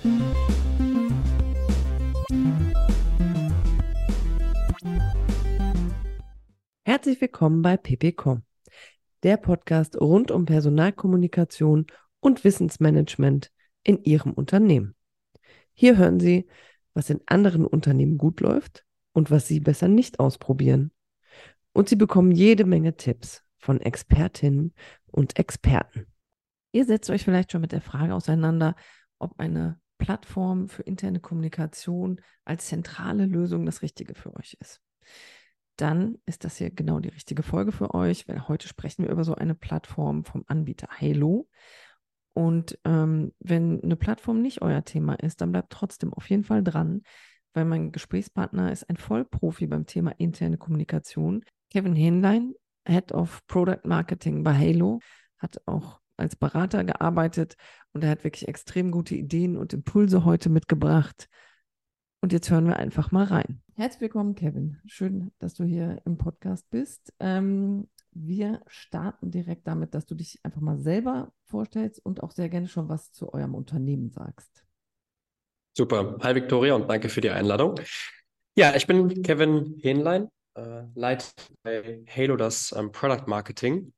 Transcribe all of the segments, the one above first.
Herzlich willkommen bei pp.com, der Podcast rund um Personalkommunikation und Wissensmanagement in Ihrem Unternehmen. Hier hören Sie, was in anderen Unternehmen gut läuft und was Sie besser nicht ausprobieren. Und Sie bekommen jede Menge Tipps von Expertinnen und Experten. Ihr setzt euch vielleicht schon mit der Frage auseinander, ob eine Plattform für interne Kommunikation als zentrale Lösung das Richtige für euch ist. Dann ist das hier genau die richtige Folge für euch, weil heute sprechen wir über so eine Plattform vom Anbieter Halo. Und wenn eine Plattform nicht euer Thema ist, dann bleibt trotzdem auf jeden Fall dran, weil mein Gesprächspartner ist ein Vollprofi beim Thema interne Kommunikation. Kevin Hähnlein, Head of Product Marketing bei Halo, hat auch als Berater gearbeitet und er hat wirklich extrem gute Ideen und Impulse heute mitgebracht. Und jetzt hören wir einfach mal rein. Herzlich willkommen, Kevin. Schön, dass du hier im Podcast bist. Wir starten direkt damit, dass du dich einfach mal selber vorstellst und auch sehr gerne schon was zu eurem Unternehmen sagst. Super. Hi Victoria und danke für die Einladung. Ja, ich bin Kevin Hähnlein, leite bei Halo das Product Marketing.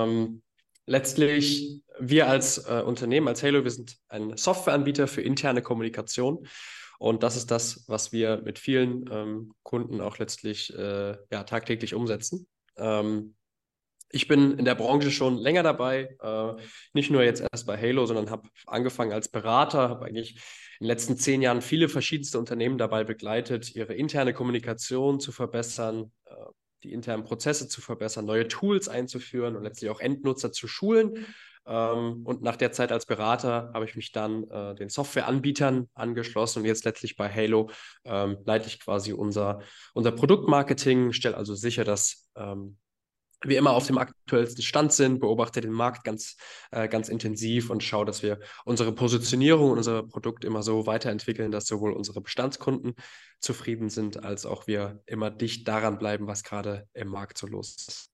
Letztlich, wir als Unternehmen, als Halo, wir sind ein Softwareanbieter für interne Kommunikation. Und das ist das, was wir mit vielen Kunden auch letztlich tagtäglich umsetzen. Ich bin in der Branche schon länger dabei, nicht nur jetzt erst bei Halo, sondern habe angefangen als Berater, habe eigentlich in den letzten 10 Jahren viele verschiedenste Unternehmen dabei begleitet, ihre interne Kommunikation zu verbessern, die internen Prozesse zu verbessern, neue Tools einzuführen und letztlich auch Endnutzer zu schulen. Und nach der Zeit als Berater habe ich mich dann den Softwareanbietern angeschlossen und jetzt letztlich bei Halo leite ich quasi unser Produktmarketing, stelle also sicher, dass wir immer auf dem aktuellsten Stand sind, beobachte den Markt ganz intensiv und schaue, dass wir unsere Positionierung und unser Produkt immer so weiterentwickeln, dass sowohl unsere Bestandskunden zufrieden sind, als auch wir immer dicht daran bleiben, was gerade im Markt so los ist.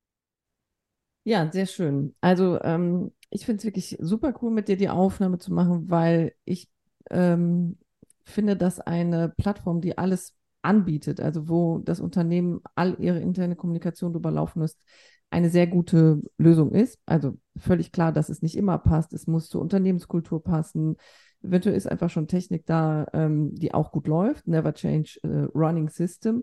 Ja, sehr schön. Also ich finde es wirklich super cool, mit dir die Aufnahme zu machen, weil ich finde, dass eine Plattform, die alles anbietet, also wo das Unternehmen all ihre interne Kommunikation drüber laufen lässt, eine sehr gute Lösung ist. Also völlig klar, dass es nicht immer passt. Es muss zur Unternehmenskultur passen. Eventuell ist einfach schon Technik da, die auch gut läuft. Never change running system.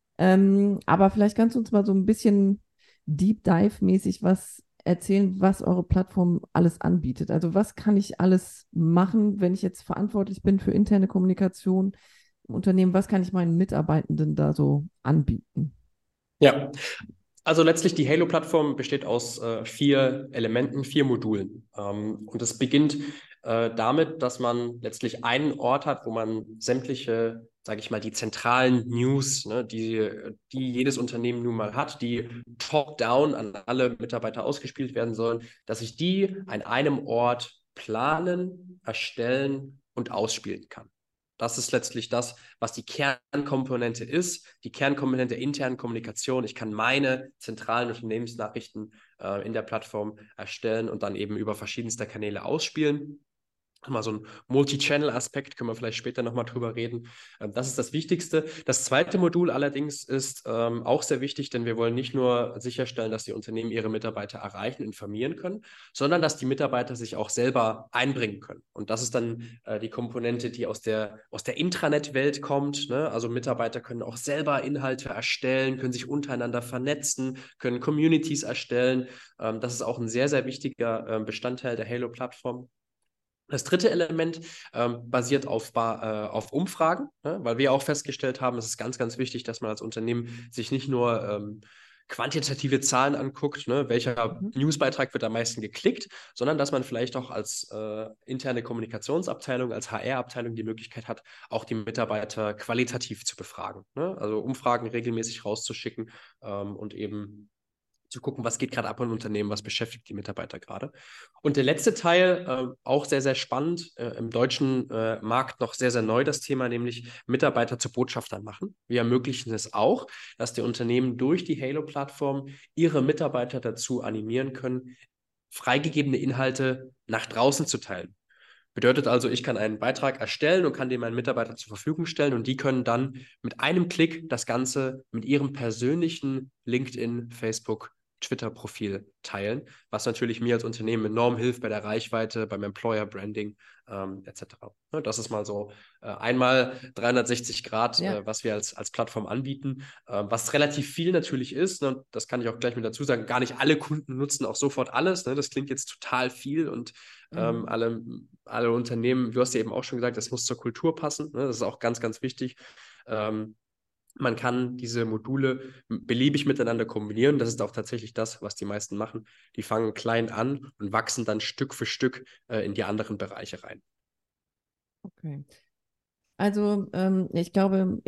Aber vielleicht kannst du uns mal so ein bisschen Deep Dive-mäßig was erzählen, was eure Plattform alles anbietet. Also was kann ich alles machen, wenn ich jetzt verantwortlich bin für interne Kommunikation im Unternehmen? Was kann ich meinen Mitarbeitenden da so anbieten? Ja, also letztlich die Halo-Plattform besteht aus 4 Elementen, 4 Modulen. Und es beginnt damit, dass man letztlich einen Ort hat, wo man sämtliche, sage ich mal, die zentralen News, ne, die jedes Unternehmen nun mal hat, die top-down an alle Mitarbeiter ausgespielt werden sollen, dass ich die an einem Ort planen, erstellen und ausspielen kann. Das ist letztlich das, was die Kernkomponente ist, die Kernkomponente der internen Kommunikation. Ich kann meine zentralen Unternehmensnachrichten in der Plattform erstellen und dann eben über verschiedenste Kanäle ausspielen. Mal so ein Multi-Channel-Aspekt, können wir vielleicht später nochmal drüber reden. Das ist das Wichtigste. Das zweite Modul allerdings ist auch sehr wichtig, denn wir wollen nicht nur sicherstellen, dass die Unternehmen ihre Mitarbeiter erreichen, informieren können, sondern dass die Mitarbeiter sich auch selber einbringen können. Und das ist dann die Komponente, die aus der Intranet-Welt kommt. Ne? Also Mitarbeiter können auch selber Inhalte erstellen, können sich untereinander vernetzen, können Communities erstellen. Das ist auch ein sehr, sehr wichtiger Bestandteil der Halo-Plattform. Das dritte Element basiert auf Umfragen, ne? Weil wir auch festgestellt haben, es ist ganz, ganz wichtig, dass man als Unternehmen sich nicht nur quantitative Zahlen anguckt, ne? Welcher Newsbeitrag wird am meisten geklickt, sondern dass man vielleicht auch als interne Kommunikationsabteilung, als HR-Abteilung die Möglichkeit hat, auch die Mitarbeiter qualitativ zu befragen, ne? Also Umfragen regelmäßig rauszuschicken und eben zu gucken, was geht gerade ab im Unternehmen, was beschäftigt die Mitarbeiter gerade. Und der letzte Teil, auch sehr, sehr spannend, im deutschen Markt noch sehr, sehr neu das Thema, nämlich Mitarbeiter zu Botschaftern machen. Wir ermöglichen es auch, dass die Unternehmen durch die Halo-Plattform ihre Mitarbeiter dazu animieren können, freigegebene Inhalte nach draußen zu teilen. Bedeutet also, ich kann einen Beitrag erstellen und kann den meinen Mitarbeitern zur Verfügung stellen und die können dann mit einem Klick das Ganze mit ihrem persönlichen LinkedIn, Facebook, Twitter-Profil teilen, was natürlich mir als Unternehmen enorm hilft bei der Reichweite, beim Employer Branding etc. Ne, das ist mal so einmal 360 Grad, Ja. was wir als Plattform anbieten, was relativ viel natürlich ist. Ne, das kann ich auch gleich mit dazu sagen. Gar nicht alle Kunden nutzen auch sofort alles. Ne, das klingt jetzt total viel und Mhm. alle Unternehmen, du hast ja eben auch schon gesagt, das muss zur Kultur passen. Ne? Das ist auch ganz, ganz wichtig. Ähm, Man kann diese Module beliebig miteinander kombinieren. Das ist auch tatsächlich das, was die meisten machen. Die fangen klein an und wachsen dann Stück für Stück in die anderen Bereiche rein. Okay. Also ich glaube,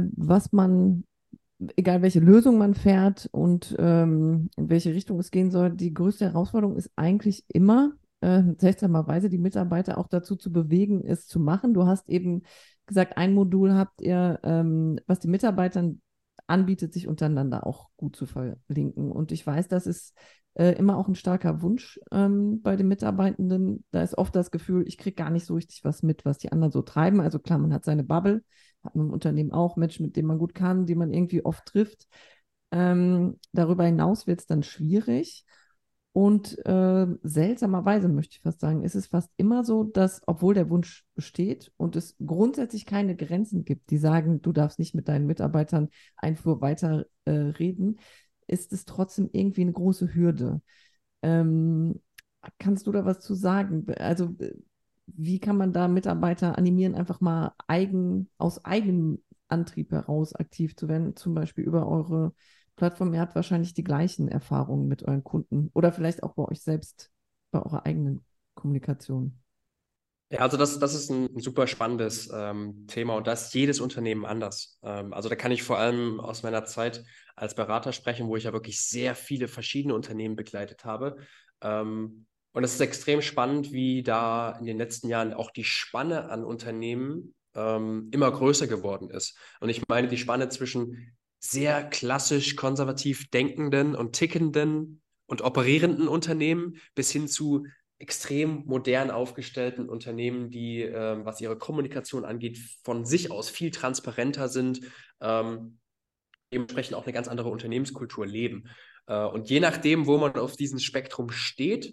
egal welche Lösung man fährt und in welche Richtung es gehen soll, die größte Herausforderung ist eigentlich immer, seltsamerweise die Mitarbeiter auch dazu zu bewegen, es zu machen. Du hast eben gesagt, ein Modul habt ihr, was die Mitarbeitern anbietet, sich untereinander auch gut zu verlinken. Und ich weiß, das ist immer auch ein starker Wunsch bei den Mitarbeitenden. Da ist oft das Gefühl, ich kriege gar nicht so richtig was mit, was die anderen so treiben. Also klar, man hat seine Bubble, hat man im Unternehmen auch Menschen, mit denen man gut kann, die man irgendwie oft trifft. Darüber hinaus wird es dann schwierig. Und seltsamerweise möchte ich fast sagen, ist es fast immer so, dass, obwohl der Wunsch besteht und es grundsätzlich keine Grenzen gibt, die sagen, du darfst nicht mit deinen Mitarbeitern ein Flur weiter reden, ist es trotzdem irgendwie eine große Hürde. Ähm, Kannst du da was zu sagen? Also, wie kann man da Mitarbeiter animieren, einfach mal aus eigenem Antrieb heraus aktiv zu werden, zum Beispiel über eure Plattform? Ihr habt wahrscheinlich die gleichen Erfahrungen mit euren Kunden oder vielleicht auch bei euch selbst, bei eurer eigenen Kommunikation. Ja, also das ist ein super spannendes Thema und da ist jedes Unternehmen anders. Also da kann ich vor allem aus meiner Zeit als Berater sprechen, wo ich ja wirklich sehr viele verschiedene Unternehmen begleitet habe. Und es ist extrem spannend, wie da in den letzten Jahren auch die Spanne an Unternehmen immer größer geworden ist. Und ich meine die Spanne zwischen sehr klassisch konservativ denkenden und tickenden und operierenden Unternehmen bis hin zu extrem modern aufgestellten Unternehmen, die, was ihre Kommunikation angeht, von sich aus viel transparenter sind, dementsprechend auch eine ganz andere Unternehmenskultur leben. Und je nachdem, wo man auf diesem Spektrum steht,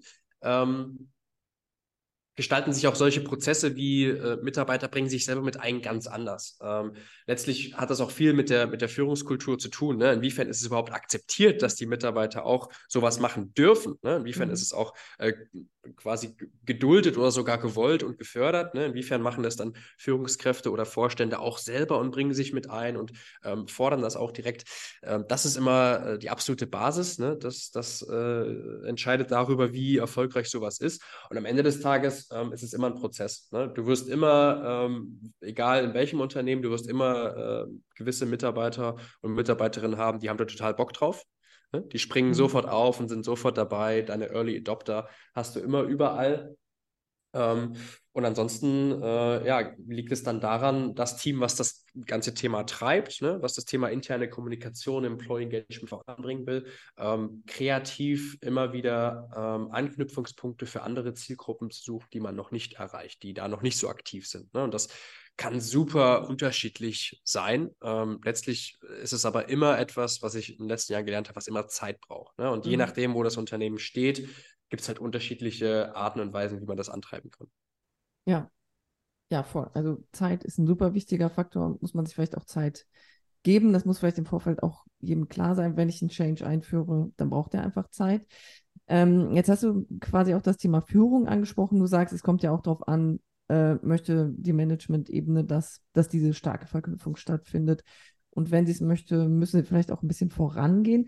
gestalten sich auch solche Prozesse wie Mitarbeiter bringen sich selber mit ein ganz anders. Letztlich hat das auch viel mit der Führungskultur zu tun. Ne? Inwiefern ist es überhaupt akzeptiert, dass die Mitarbeiter auch sowas machen dürfen? Ne? Inwiefern ist Mhm. es auch quasi geduldet oder sogar gewollt und gefördert? Ne? Inwiefern machen das dann Führungskräfte oder Vorstände auch selber und bringen sich mit ein und fordern das auch direkt? Das ist immer die absolute Basis. Ne? Das entscheidet darüber, wie erfolgreich sowas ist. Und am Ende des Tages ist es immer ein Prozess. Ne? Du wirst immer, egal in welchem Unternehmen, du wirst immer gewisse Mitarbeiter und Mitarbeiterinnen haben, die haben da total Bock drauf. Ne? Die springen Mhm. sofort auf und sind sofort dabei. Deine Early Adopter hast du immer überall. Ähm, und ansonsten ja, liegt es dann daran, das Team, was das ganze Thema treibt, ne, was das Thema interne Kommunikation, Employee Engagement voranbringen will, kreativ immer wieder Anknüpfungspunkte für andere Zielgruppen zu suchen, die man noch nicht erreicht, die da noch nicht so aktiv sind. Ne? Und das kann super unterschiedlich sein. Letztlich ist es aber immer etwas, was ich in den letzten Jahren gelernt habe, was immer Zeit braucht. Ne? Und je Mhm. nachdem, wo das Unternehmen steht, gibt es halt unterschiedliche Arten und Weisen, wie man das antreiben kann. Ja, ja, voll. Also Zeit ist ein super wichtiger Faktor, muss man sich vielleicht auch Zeit geben. Das muss vielleicht im Vorfeld auch jedem klar sein, wenn ich einen Change einführe, dann braucht er einfach Zeit. Jetzt hast du quasi auch das Thema Führung angesprochen. Du sagst, es kommt ja auch darauf an, möchte die Management-Ebene, dass diese starke Verknüpfung stattfindet. Und wenn sie es möchte, müssen sie vielleicht auch ein bisschen vorangehen.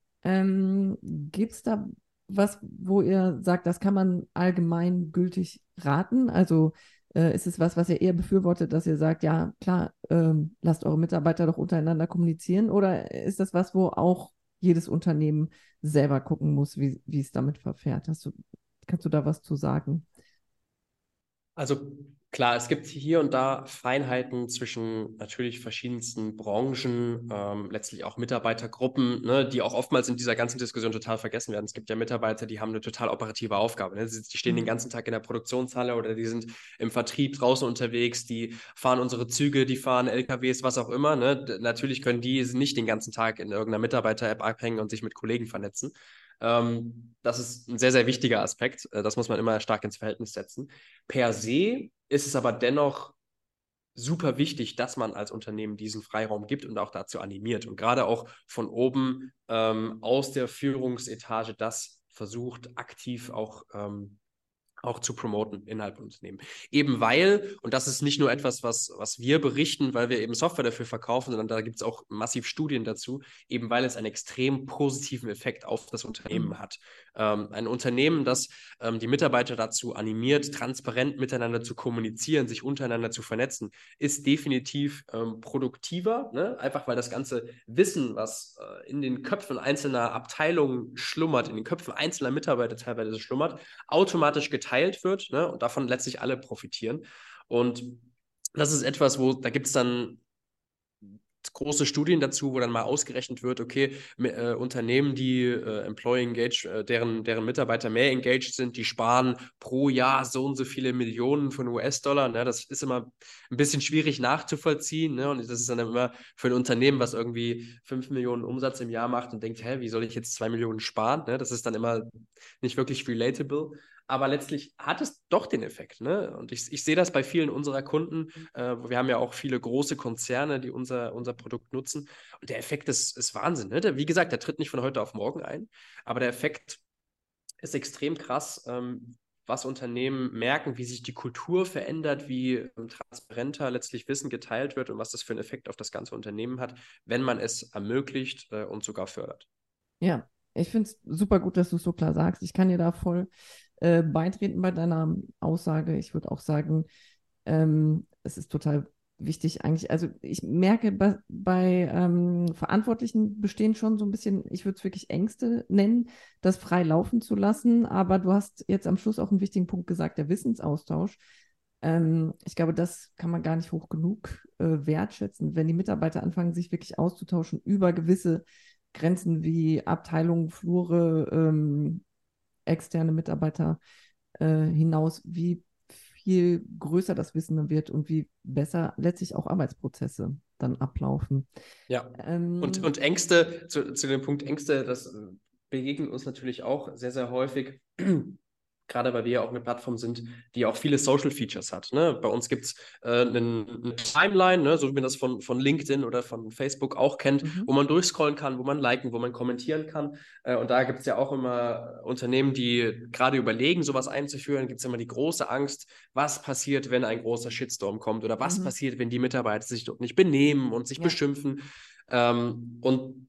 Gibt es da was, wo ihr sagt, das kann man allgemein gültig raten? Also ist es was, was ihr eher befürwortet, dass ihr sagt, ja, klar, lasst eure Mitarbeiter doch untereinander kommunizieren? Oder ist das was, wo auch jedes Unternehmen selber gucken muss, wie es damit verfährt? Kannst du da was zu sagen? Also Klar, es gibt hier und da Feinheiten zwischen natürlich verschiedensten Branchen, letztlich auch Mitarbeitergruppen, ne, die auch oftmals in dieser ganzen Diskussion total vergessen werden. Es gibt ja Mitarbeiter, die haben eine total operative Aufgabe. Ne? Die stehen den ganzen Tag in der Produktionshalle oder die sind im Vertrieb draußen unterwegs, die fahren unsere Züge, die fahren LKWs, was auch immer. Ne? Natürlich können die nicht den ganzen Tag in irgendeiner Mitarbeiter-App abhängen und sich mit Kollegen vernetzen. Das ist ein sehr, sehr wichtiger Aspekt. Das muss man immer stark ins Verhältnis setzen. Per se ist es aber dennoch super wichtig, dass man als Unternehmen diesen Freiraum gibt und auch dazu animiert. Und gerade auch von oben aus der Führungsetage das versucht, aktiv auch zu promoten innerhalb von Unternehmen. Eben weil, und das ist nicht nur etwas, was wir berichten, weil wir eben Software dafür verkaufen, sondern da gibt es auch massiv Studien dazu, eben weil es einen extrem positiven Effekt auf das Unternehmen hat. Ein Unternehmen, das die Mitarbeiter dazu animiert, transparent miteinander zu kommunizieren, sich untereinander zu vernetzen, ist definitiv produktiver, ne? Einfach weil das ganze Wissen, was in den Köpfen einzelner Abteilungen schlummert, in den Köpfen einzelner Mitarbeiter teilweise schlummert, automatisch geteilt wird, ne? Und davon letztlich alle profitieren. Und das ist etwas, da gibt es dann große Studien dazu, wo dann mal ausgerechnet wird, okay, Unternehmen, die Employee Engaged, deren Mitarbeiter mehr engaged sind, die sparen pro Jahr so und so viele Millionen von US-Dollar. Ne? Das ist immer ein bisschen schwierig nachzuvollziehen. Ne? Und das ist dann immer für ein Unternehmen, was irgendwie 5 Millionen Umsatz im Jahr macht und denkt, hä, wie soll ich jetzt 2 Millionen sparen? Ne? Das ist dann immer nicht wirklich relatable. Aber letztlich hat es doch den Effekt. Ne? Und ich sehe das bei vielen unserer Kunden. Wir haben ja auch viele große Konzerne, die unser Produkt nutzen. Und der Effekt ist Wahnsinn. Ne? Wie gesagt, der tritt nicht von heute auf morgen ein. Aber der Effekt ist extrem krass, was Unternehmen merken, wie sich die Kultur verändert, wie transparenter letztlich Wissen geteilt wird und was das für einen Effekt auf das ganze Unternehmen hat, wenn man es ermöglicht und sogar fördert. Ja, ich finde es super gut, dass du es so klar sagst. Ich kann dir da voll beitreten bei deiner Aussage. Ich würde auch sagen, es ist total wichtig eigentlich. Also ich merke, bei Verantwortlichen bestehen schon so ein bisschen, ich würde es wirklich Ängste nennen, das frei laufen zu lassen. Aber du hast jetzt am Schluss auch einen wichtigen Punkt gesagt, der Wissensaustausch. Ich glaube, das kann man gar nicht hoch genug wertschätzen, wenn die Mitarbeiter anfangen, sich wirklich auszutauschen über gewisse Grenzen wie Abteilungen, Flure, externe Mitarbeiter hinaus, wie viel größer das Wissen dann wird und wie besser letztlich auch Arbeitsprozesse dann ablaufen. Ja. Ähm, Und Ängste, zu dem Punkt Ängste, das begegnet uns natürlich auch sehr, sehr häufig. Gerade weil wir ja auch eine Plattform sind, die auch viele Social Features hat. Ne? Bei uns gibt es eine Timeline, ne? So wie man das von LinkedIn oder von Facebook auch kennt, mhm. wo man durchscrollen kann, wo man liken, wo man kommentieren kann. Und da gibt es ja auch immer Unternehmen, die gerade überlegen, sowas einzuführen, gibt es immer die große Angst, was passiert, wenn ein großer Shitstorm kommt oder was Mhm. passiert, wenn die Mitarbeiter sich dort nicht benehmen und sich Ja. beschimpfen. Und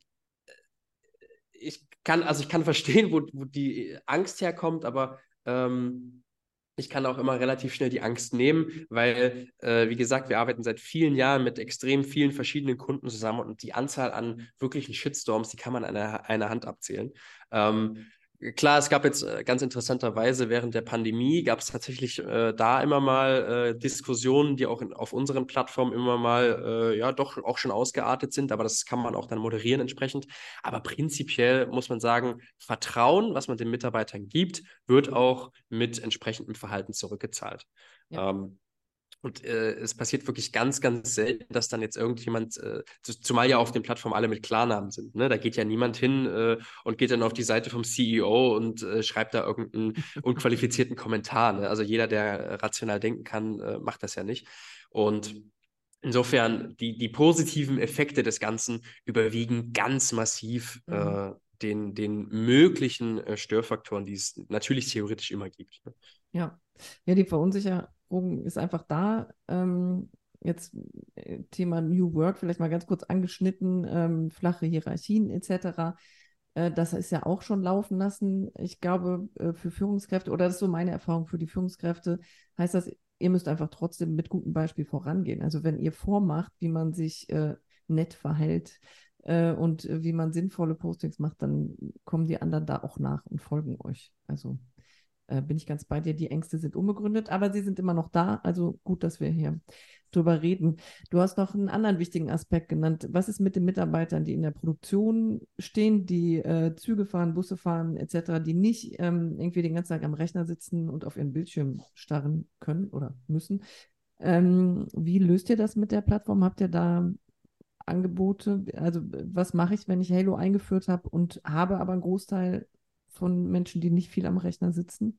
ich kann verstehen, wo die Angst herkommt, aber ich kann auch immer relativ schnell die Angst nehmen, weil, wie gesagt, wir arbeiten seit vielen Jahren mit extrem vielen verschiedenen Kunden zusammen und die Anzahl an wirklichen Shitstorms, die kann man an einer Hand abzählen. Ähm, Klar, es gab jetzt ganz interessanterweise während der Pandemie, gab es tatsächlich da immer mal Diskussionen, die auch auf unseren Plattformen immer mal, ja, doch auch schon ausgeartet sind, aber das kann man auch dann moderieren entsprechend. Aber prinzipiell muss man sagen, Vertrauen, was man den Mitarbeitern gibt, wird auch mit entsprechendem Verhalten zurückgezahlt. Ja. Ähm, und es passiert wirklich ganz, ganz selten, dass dann jetzt irgendjemand, zumal ja auf den Plattformen alle mit Klarnamen sind, ne? Da geht ja niemand hin und geht dann auf die Seite vom CEO und schreibt da irgendeinen unqualifizierten Kommentar. Ne? Also jeder, der rational denken kann, macht das ja nicht. Und insofern, die positiven Effekte des Ganzen überwiegen ganz massiv Mhm. den möglichen Störfaktoren, die es natürlich theoretisch immer gibt. Ne? Ja. Ja, die Verunsicherung ist einfach da. Jetzt Thema New Work, vielleicht mal ganz kurz angeschnitten, flache Hierarchien etc. Das ist ja auch schon laufen lassen. Ich glaube, für Führungskräfte, oder das ist so meine Erfahrung für die Führungskräfte, heißt das, ihr müsst einfach trotzdem mit gutem Beispiel vorangehen. Also wenn ihr vormacht, wie man sich nett verhält und wie man sinnvolle Postings macht, dann kommen die anderen da auch nach und folgen euch. Also bin ich ganz bei dir. Die Ängste sind unbegründet, aber sie sind immer noch da. Also gut, dass wir hier drüber reden. Du hast noch einen anderen wichtigen Aspekt genannt. Was ist mit den Mitarbeitern, die in der Produktion stehen, die Züge fahren, Busse fahren etc., die nicht irgendwie den ganzen Tag am Rechner sitzen und auf ihren Bildschirm starren können oder müssen? Wie löst ihr das mit der Plattform? Habt ihr da Angebote? Also was mache ich, wenn ich Halo eingeführt habe und habe aber einen Großteil von Menschen, die nicht viel am Rechner sitzen?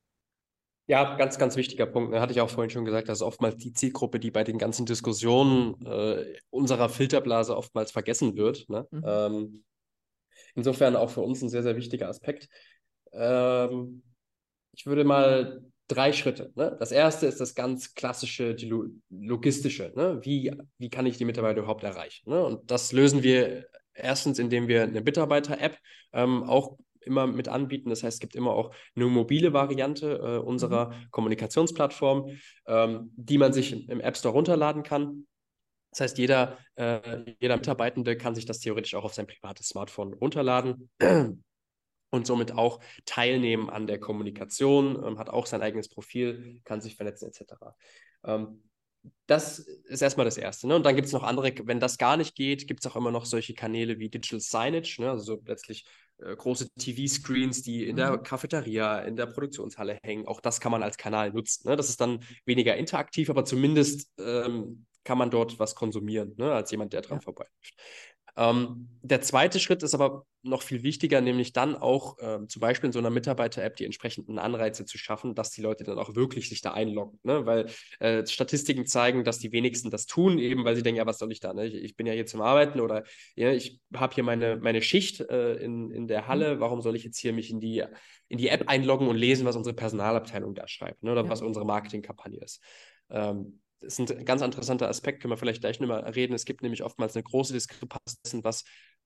Ja, ganz, ganz wichtiger Punkt. Ne? Hatte ich auch vorhin schon gesagt, das ist oftmals die Zielgruppe, die bei den ganzen Diskussionen unserer Filterblase oftmals vergessen wird. Ne? Mhm. Insofern auch für uns ein sehr, sehr wichtiger Aspekt. Ähm, Ich würde mal drei Schritte. Ne? Das erste ist das ganz klassische, die logistische. Ne? Wie kann ich die Mitarbeiter überhaupt erreichen? Ne? Und das lösen wir erstens, indem wir eine Mitarbeiter-App auch immer mit anbieten. Das heißt, es gibt immer auch eine mobile Variante Mhm. unserer Kommunikationsplattform, die man sich im App Store runterladen kann. Das heißt, jeder Mitarbeitende kann sich das theoretisch auch auf sein privates Smartphone runterladen und somit auch teilnehmen an der Kommunikation, hat auch sein eigenes Profil, kann sich vernetzen etc. Ähm, Das ist erstmal das Erste. Ne? Und dann gibt es noch andere, wenn das gar nicht geht, gibt es auch immer noch solche Kanäle wie Digital Signage, ne? Also so letztlich große TV-Screens, die in der Mhm. Cafeteria, in der Produktionshalle hängen. Auch das kann man als Kanal nutzen. Ne? Das ist dann weniger interaktiv, aber zumindest kann man dort was konsumieren, ne? Als jemand, der dran Ja. vorbeiläuft. Der zweite Schritt ist aber noch viel wichtiger, nämlich dann auch zum Beispiel in so einer Mitarbeiter-App die entsprechenden Anreize zu schaffen, dass die Leute dann auch wirklich sich da einloggen. Ne? Weil Statistiken zeigen, dass die wenigsten das tun, eben weil sie denken, ja, was soll ich da? Ne? Ich bin ja hier zum Arbeiten oder ja, ich habe hier meine Schicht in der Mhm. Halle. Warum soll ich jetzt hier mich in die App einloggen und lesen, was unsere Personalabteilung da schreibt, ne? Oder Ja. was unsere Marketingkampagne ist? Das ist ein ganz interessanter Aspekt, können wir vielleicht gleich nochmal reden. Es gibt nämlich oftmals eine große Diskrepanz dessen, was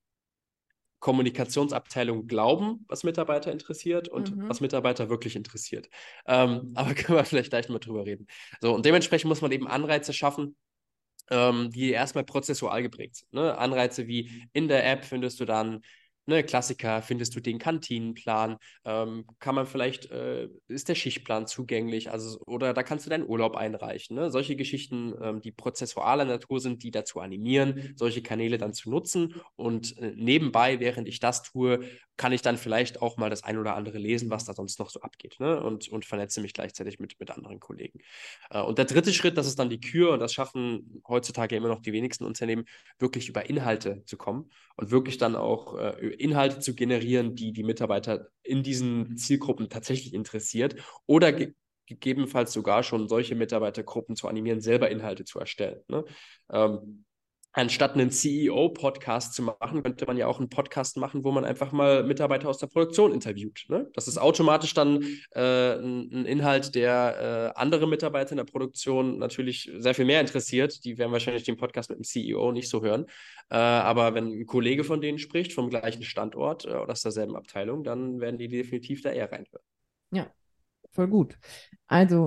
Kommunikationsabteilungen glauben, was Mitarbeiter interessiert und Mhm. was Mitarbeiter wirklich interessiert. Aber können wir vielleicht gleich nochmal drüber reden. So, und dementsprechend muss man eben Anreize schaffen, die erstmal prozessual geprägt sind. Ne? Anreize wie in der App findest du dann, ne, Klassiker, findest du den Kantinenplan, kann man vielleicht, ist der Schichtplan zugänglich, also, oder da kannst du deinen Urlaub einreichen. Ne? Solche Geschichten, die prozessualer Natur sind, die dazu animieren, solche Kanäle dann zu nutzen und nebenbei, während ich das tue, kann ich dann vielleicht auch mal das ein oder andere lesen, was da sonst noch so abgeht, ne? Und vernetze mich gleichzeitig mit anderen Kollegen. Und der dritte Schritt, das ist dann die Kür, und das schaffen heutzutage immer noch die wenigsten Unternehmen, wirklich über Inhalte zu kommen und wirklich dann auch Inhalte zu generieren, die die Mitarbeiter in diesen Zielgruppen tatsächlich interessiert oder gegebenenfalls sogar schon solche Mitarbeitergruppen zu animieren, selber Inhalte zu erstellen. Ne? Ähm, Anstatt einen CEO-Podcast zu machen, könnte man ja auch einen Podcast machen, wo man einfach mal Mitarbeiter aus der Produktion interviewt. Ne? Das ist automatisch dann ein Inhalt, der andere Mitarbeiter in der Produktion natürlich sehr viel mehr interessiert. Die werden wahrscheinlich den Podcast mit dem CEO nicht so hören. Aber wenn ein Kollege von denen spricht, vom gleichen Standort oder aus derselben Abteilung, dann werden die definitiv da eher reinhören. Ja, voll gut. Also,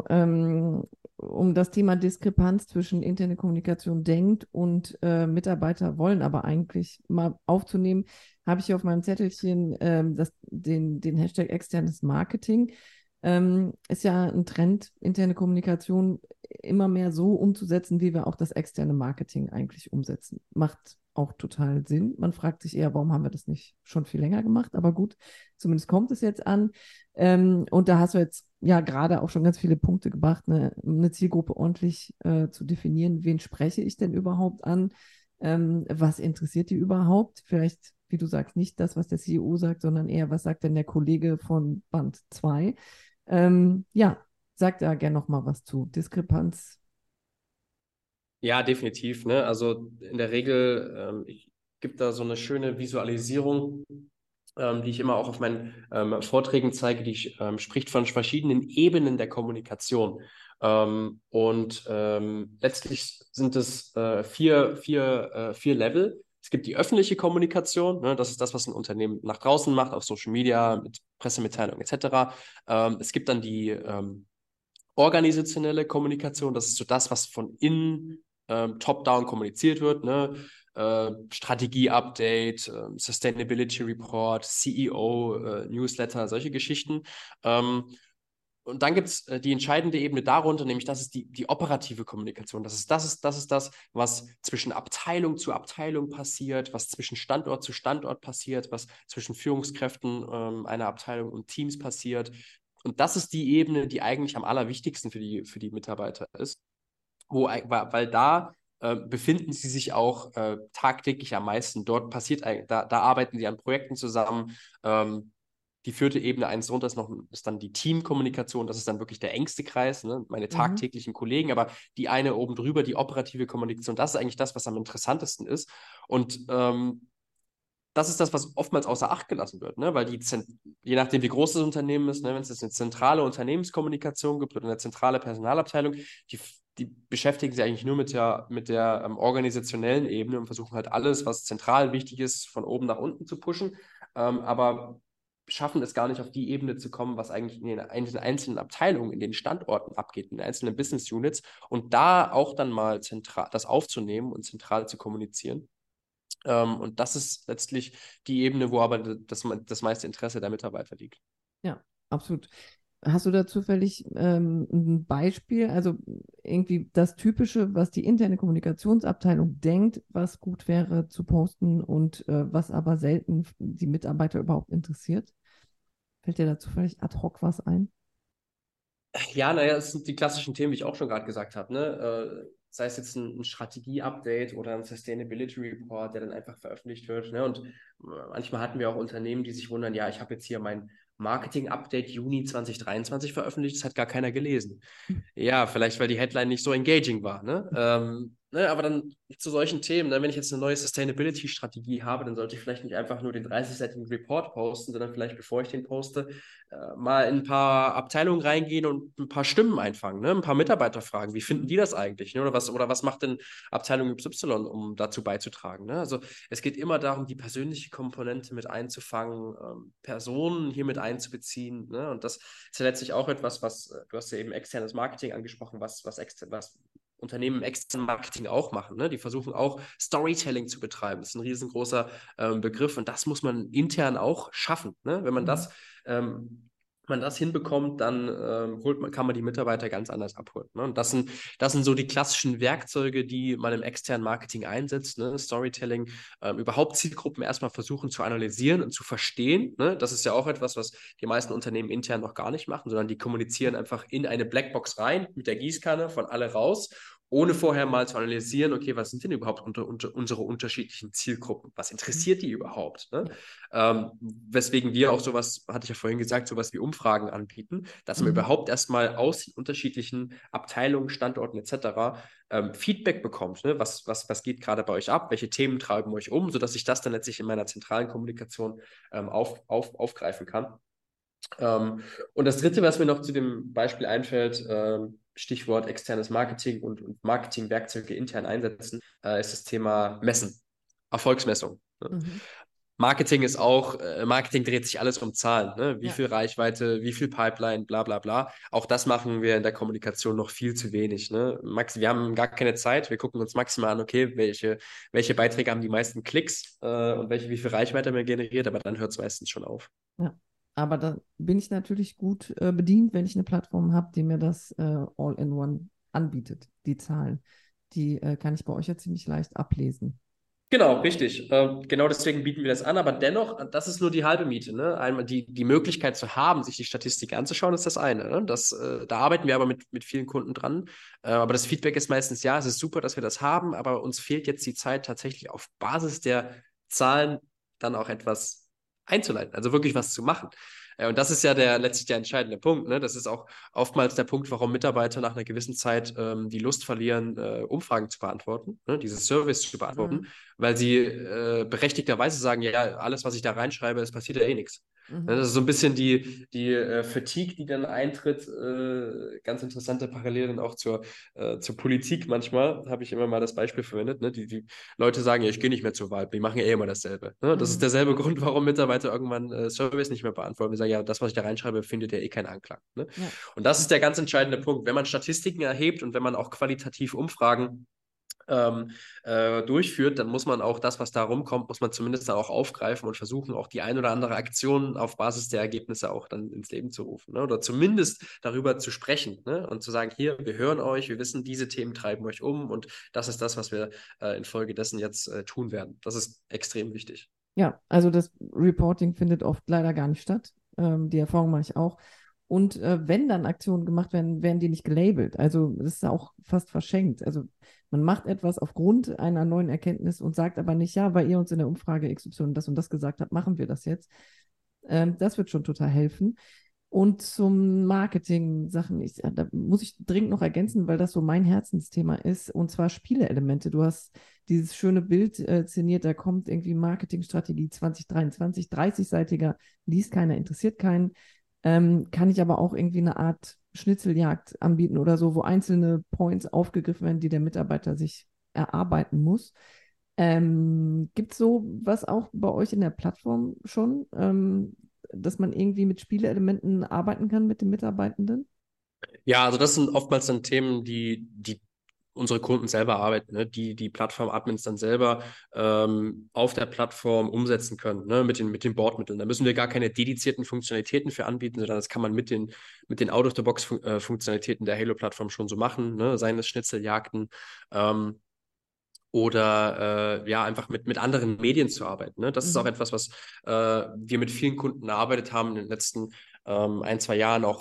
um das Thema Diskrepanz zwischen interne Kommunikation denkt und Mitarbeiter wollen aber eigentlich mal aufzunehmen, habe ich hier auf meinem Zettelchen den Hashtag externes Marketing. Ist ja ein Trend, interne Kommunikation immer mehr so umzusetzen, wie wir auch das externe Marketing eigentlich umsetzen. Macht auch total Sinn. Man fragt sich eher, warum haben wir das nicht schon viel länger gemacht? Aber gut, zumindest kommt es jetzt an. Und da hast du jetzt ja gerade auch schon ganz viele Punkte gebracht, eine Zielgruppe ordentlich zu definieren. Wen spreche ich denn überhaupt an? Was interessiert die überhaupt? Vielleicht, wie du sagst, nicht das, was der CEO sagt, sondern eher, was sagt denn der Kollege von Band 2? Ja, sag da gerne noch mal was zu. Diskrepanz. Ja, definitiv. Ne? Also in der Regel ich gibt da so eine schöne Visualisierung, die ich immer auch auf meinen Vorträgen zeige, spricht von verschiedenen Ebenen der Kommunikation. Letztlich sind es vier Level. Es gibt die öffentliche Kommunikation, ne? Das ist das, was ein Unternehmen nach draußen macht, auf Social Media, mit Pressemitteilungen etc. Es gibt dann die organisationelle Kommunikation, das ist so das, was von innen top-down kommuniziert wird, ne? Strategie-Update, Sustainability Report, CEO, Newsletter, solche Geschichten. Und dann gibt es die entscheidende Ebene darunter, nämlich das ist die operative Kommunikation. Das ist das, was zwischen Abteilung zu Abteilung passiert, was zwischen Standort zu Standort passiert, was zwischen Führungskräften einer Abteilung und Teams passiert. Und das ist die Ebene, die eigentlich am allerwichtigsten für die Mitarbeiter ist, weil da befinden sie sich auch tagtäglich am meisten. Dort passiert, da arbeiten sie an Projekten zusammen. Die vierte Ebene eins drunter ist dann die Teamkommunikation. Das ist dann wirklich der engste Kreis, ne? Meine tagtäglichen Kollegen. Aber die eine oben drüber, die operative Kommunikation, das ist eigentlich das, was am interessantesten ist. Und das ist das, was oftmals außer Acht gelassen wird, ne? Weil je nachdem, wie groß das Unternehmen ist, ne, wenn es jetzt eine zentrale Unternehmenskommunikation gibt oder eine zentrale Personalabteilung, die beschäftigen sich eigentlich nur mit der organisationellen Ebene und versuchen halt alles, was zentral wichtig ist, von oben nach unten zu pushen, aber schaffen es gar nicht auf die Ebene zu kommen, was eigentlich in den einzelnen Abteilungen, in den Standorten abgeht, in den einzelnen Business Units und da auch dann mal zentral das aufzunehmen und zentral zu kommunizieren. Und das ist letztlich die Ebene, wo aber das meiste Interesse der Mitarbeiter liegt. Ja, absolut. Hast du da zufällig ein Beispiel, also irgendwie das Typische, was die interne Kommunikationsabteilung denkt, was gut wäre zu posten und was aber selten die Mitarbeiter überhaupt interessiert? Fällt dir da zufällig ad hoc was ein? Ja, naja, es sind die klassischen Themen, wie ich auch schon gerade gesagt habe, ne? Sei es jetzt ein Strategie-Update oder ein Sustainability Report, der dann einfach veröffentlicht wird. Ne? Und manchmal hatten wir auch Unternehmen, die sich wundern, ja, ich habe jetzt hier mein Marketing-Update Juni 2023 veröffentlicht, das hat gar keiner gelesen. Ja, vielleicht, weil die Headline nicht so engaging war. Ne? Ne, aber dann zu solchen Themen, ne, wenn ich jetzt eine neue Sustainability-Strategie habe, dann sollte ich vielleicht nicht einfach nur den 30-seitigen Report posten, sondern vielleicht, bevor ich den poste, mal in ein paar Abteilungen reingehen und ein paar Stimmen einfangen, ne? Ein paar Mitarbeiter fragen, wie finden die das eigentlich? Ne? Oder was macht denn Abteilung Y, um dazu beizutragen? Ne? Also es geht immer darum, die persönliche Komponente mit einzufangen, Personen hier mit einzubeziehen. Ne? Und das ist ja letztlich auch etwas, du hast ja eben externes Marketing angesprochen, was Unternehmen im externen Marketing auch machen. Ne? Die versuchen auch Storytelling zu betreiben. Das ist ein riesengroßer Begriff und das muss man intern auch schaffen. Ne? Wenn man das hinbekommt, dann kann man die Mitarbeiter ganz anders abholen. Ne? Und das sind so die klassischen Werkzeuge, die man im externen Marketing einsetzt. Ne? Storytelling, überhaupt Zielgruppen erstmal versuchen zu analysieren und zu verstehen. Ne? Das ist ja auch etwas, was die meisten Unternehmen intern noch gar nicht machen, sondern die kommunizieren einfach in eine Blackbox rein mit der Gießkanne von alle raus, ohne vorher mal zu analysieren, okay, was sind denn überhaupt unsere unterschiedlichen Zielgruppen? Was interessiert die überhaupt? Ne? Ja. Weswegen wir auch sowas, hatte ich ja vorhin gesagt, sowas wie Umfragen anbieten, dass man Mhm. überhaupt erstmal aus unterschiedlichen Abteilungen, Standorten etc. Feedback bekommt. Ne? Was geht gerade bei euch ab? Welche Themen treiben euch um, sodass ich das dann letztlich in meiner zentralen Kommunikation aufgreifen kann. Und das Dritte, was mir noch zu dem Beispiel einfällt, Stichwort externes Marketing und Marketingwerkzeuge intern einsetzen, ist das Thema Messen, Erfolgsmessung. Ne? Mhm. Marketing dreht sich alles um Zahlen, ne? Wie Ja. viel Reichweite, wie viel Pipeline, bla bla bla. Auch das machen wir in der Kommunikation noch viel zu wenig. Ne? Wir haben gar keine Zeit, wir gucken uns maximal an, okay, welche Beiträge haben die meisten Klicks und wie viel Reichweite haben wir generiert, aber dann hört es meistens schon auf. Ja. Aber da bin ich natürlich gut bedient, wenn ich eine Plattform habe, die mir das All-in-One anbietet, die Zahlen. Die kann ich bei euch ja ziemlich leicht ablesen. Genau, richtig. Genau deswegen bieten wir das an, aber dennoch, das ist nur die halbe Miete. Ne? Einmal die Möglichkeit zu haben, sich die Statistik anzuschauen, ist das eine. Ne? Da arbeiten wir aber mit vielen Kunden dran. Aber das Feedback ist meistens, ja, es ist super, dass wir das haben, aber uns fehlt jetzt die Zeit, tatsächlich auf Basis der Zahlen dann auch etwas einzuleiten, also wirklich was zu machen. Und das ist ja letztlich der entscheidende Punkt. Ne? Das ist auch oftmals der Punkt, warum Mitarbeiter nach einer gewissen Zeit die Lust verlieren, Umfragen zu beantworten, ne? Diese Surveys zu beantworten, Mhm. weil sie berechtigterweise sagen, ja, alles, was ich da reinschreibe, es passiert ja eh nichts. Ne, Mhm. das ist so ein bisschen die Fatigue, die dann eintritt. Ganz interessante Parallelen auch zur Politik manchmal, habe ich immer mal das Beispiel verwendet. Ne? Die Leute sagen, ja, ich gehe nicht mehr zur Wahl, die machen ja eh immer dasselbe. Ne? Das ist Mhm. derselbe Grund, warum Mitarbeiter irgendwann Surveys nicht mehr beantworten. Wir sagen, ja, das, was ich da reinschreibe, findet ja eh keinen Anklang. Ne? Ja. Und das ist der ganz entscheidende Punkt. Wenn man Statistiken erhebt und wenn man auch qualitativ Umfragen durchführt, dann muss man auch das, was da rumkommt, muss man zumindest dann auch aufgreifen und versuchen, auch die ein oder andere Aktion auf Basis der Ergebnisse auch dann ins Leben zu rufen, ne? Oder zumindest darüber zu sprechen, ne? Und zu sagen, hier, wir hören euch, wir wissen, diese Themen treiben euch um und das ist das, was wir infolgedessen jetzt tun werden. Das ist extrem wichtig. Ja, also das Reporting findet oft leider gar nicht statt. Die Erfahrung mache ich auch. Und wenn dann Aktionen gemacht werden, werden die nicht gelabelt. Also das ist auch fast verschenkt. Also man macht etwas aufgrund einer neuen Erkenntnis und sagt aber nicht, ja, weil ihr uns in der Umfrage XY das und das gesagt habt, machen wir das jetzt. Das wird schon total helfen. Und zum Marketing-Sachen, da muss ich dringend noch ergänzen, weil das so mein Herzensthema ist, und zwar Spieleelemente. Du hast dieses schöne Bild szeniert, da kommt irgendwie Marketingstrategie 2023, 30-seitiger, liest keiner, interessiert keinen. Kann ich aber auch irgendwie eine Art Schnitzeljagd anbieten oder so, wo einzelne Points aufgegriffen werden, die der Mitarbeiter sich erarbeiten muss. Gibt es so was auch bei euch in der Plattform schon, dass man irgendwie mit Spielelementen arbeiten kann mit den Mitarbeitenden? Ja, also das sind oftmals dann Themen, die unsere Kunden selber arbeiten, ne? Die Plattform-Admins dann selber auf der Plattform umsetzen können, ne? Mit den Bordmitteln. Da müssen wir gar keine dedizierten Funktionalitäten für anbieten, sondern das kann man mit den Out-of-the-Box-Funktionalitäten der Halo-Plattform schon so machen, ne? Seien es Schnitzeljagden, oder ja, einfach mit anderen Medien zu arbeiten. Ne? Das ist auch Mhm. etwas, was wir mit vielen Kunden erarbeitet haben in den letzten 1, 2 Jahren, auch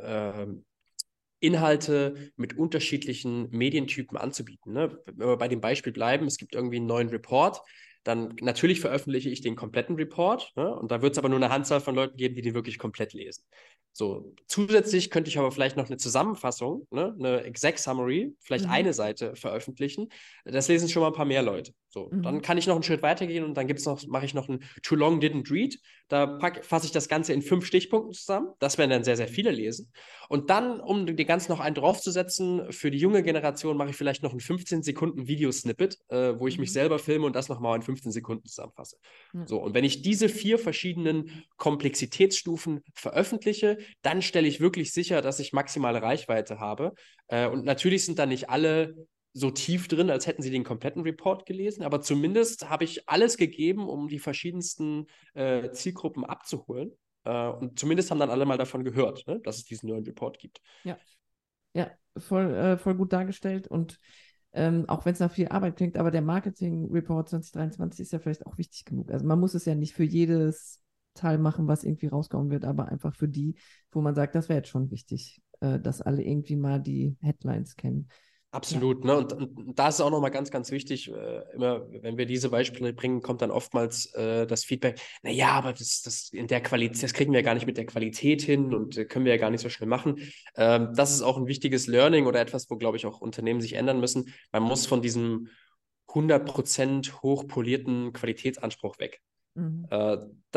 Inhalte mit unterschiedlichen Medientypen anzubieten. Ne? Wenn wir bei dem Beispiel bleiben, es gibt irgendwie einen neuen Report, dann natürlich veröffentliche ich den kompletten Report, ne? Und da wird es aber nur eine Handzahl von Leuten geben, die den wirklich komplett lesen. So, zusätzlich könnte ich aber vielleicht noch eine Zusammenfassung, ne? Eine Exec Summary, vielleicht Mhm. eine Seite veröffentlichen. Das lesen schon mal ein paar mehr Leute. So, dann Mhm. kann ich noch einen Schritt weitergehen und dann mache ich noch ein Too Long Didn't Read. Da fasse ich das Ganze in 5 Stichpunkten zusammen. Das werden dann sehr, sehr viele lesen. Und dann, um dir ganz noch einen draufzusetzen, für die junge Generation mache ich vielleicht noch ein 15 Sekunden Videosnippet, wo ich mich Mhm. selber filme und das nochmal in 15 Sekunden zusammenfasse. Ja. So, und wenn ich diese 4 verschiedenen Komplexitätsstufen veröffentliche, dann stelle ich wirklich sicher, dass ich maximale Reichweite habe. Und natürlich sind da nicht alle so tief drin, als hätten sie den kompletten Report gelesen, aber zumindest habe ich alles gegeben, um die verschiedensten Zielgruppen abzuholen. Und zumindest haben dann alle mal davon gehört, ne, dass es diesen neuen Report gibt. Ja, ja, voll gut dargestellt und auch wenn es nach viel Arbeit klingt, aber der Marketing-Report 2023 ist ja vielleicht auch wichtig genug. Also man muss es ja nicht für jedes Teil machen, was irgendwie rausgehauen wird, aber einfach für die, wo man sagt, das wäre jetzt schon wichtig, dass alle irgendwie mal die Headlines kennen. Ja. Absolut, ne? Und da ist es auch nochmal ganz, ganz wichtig, immer, wenn wir diese Beispiele bringen, kommt dann oftmals das Feedback, naja, aber das in der Qualität, das kriegen wir ja gar nicht mit der Qualität hin und können wir ja gar nicht so schnell machen. Das ist auch ein wichtiges Learning oder etwas, wo, glaube ich, auch Unternehmen sich ändern müssen. Man muss von diesem 100% hochpolierten Qualitätsanspruch weg. Mhm. Äh,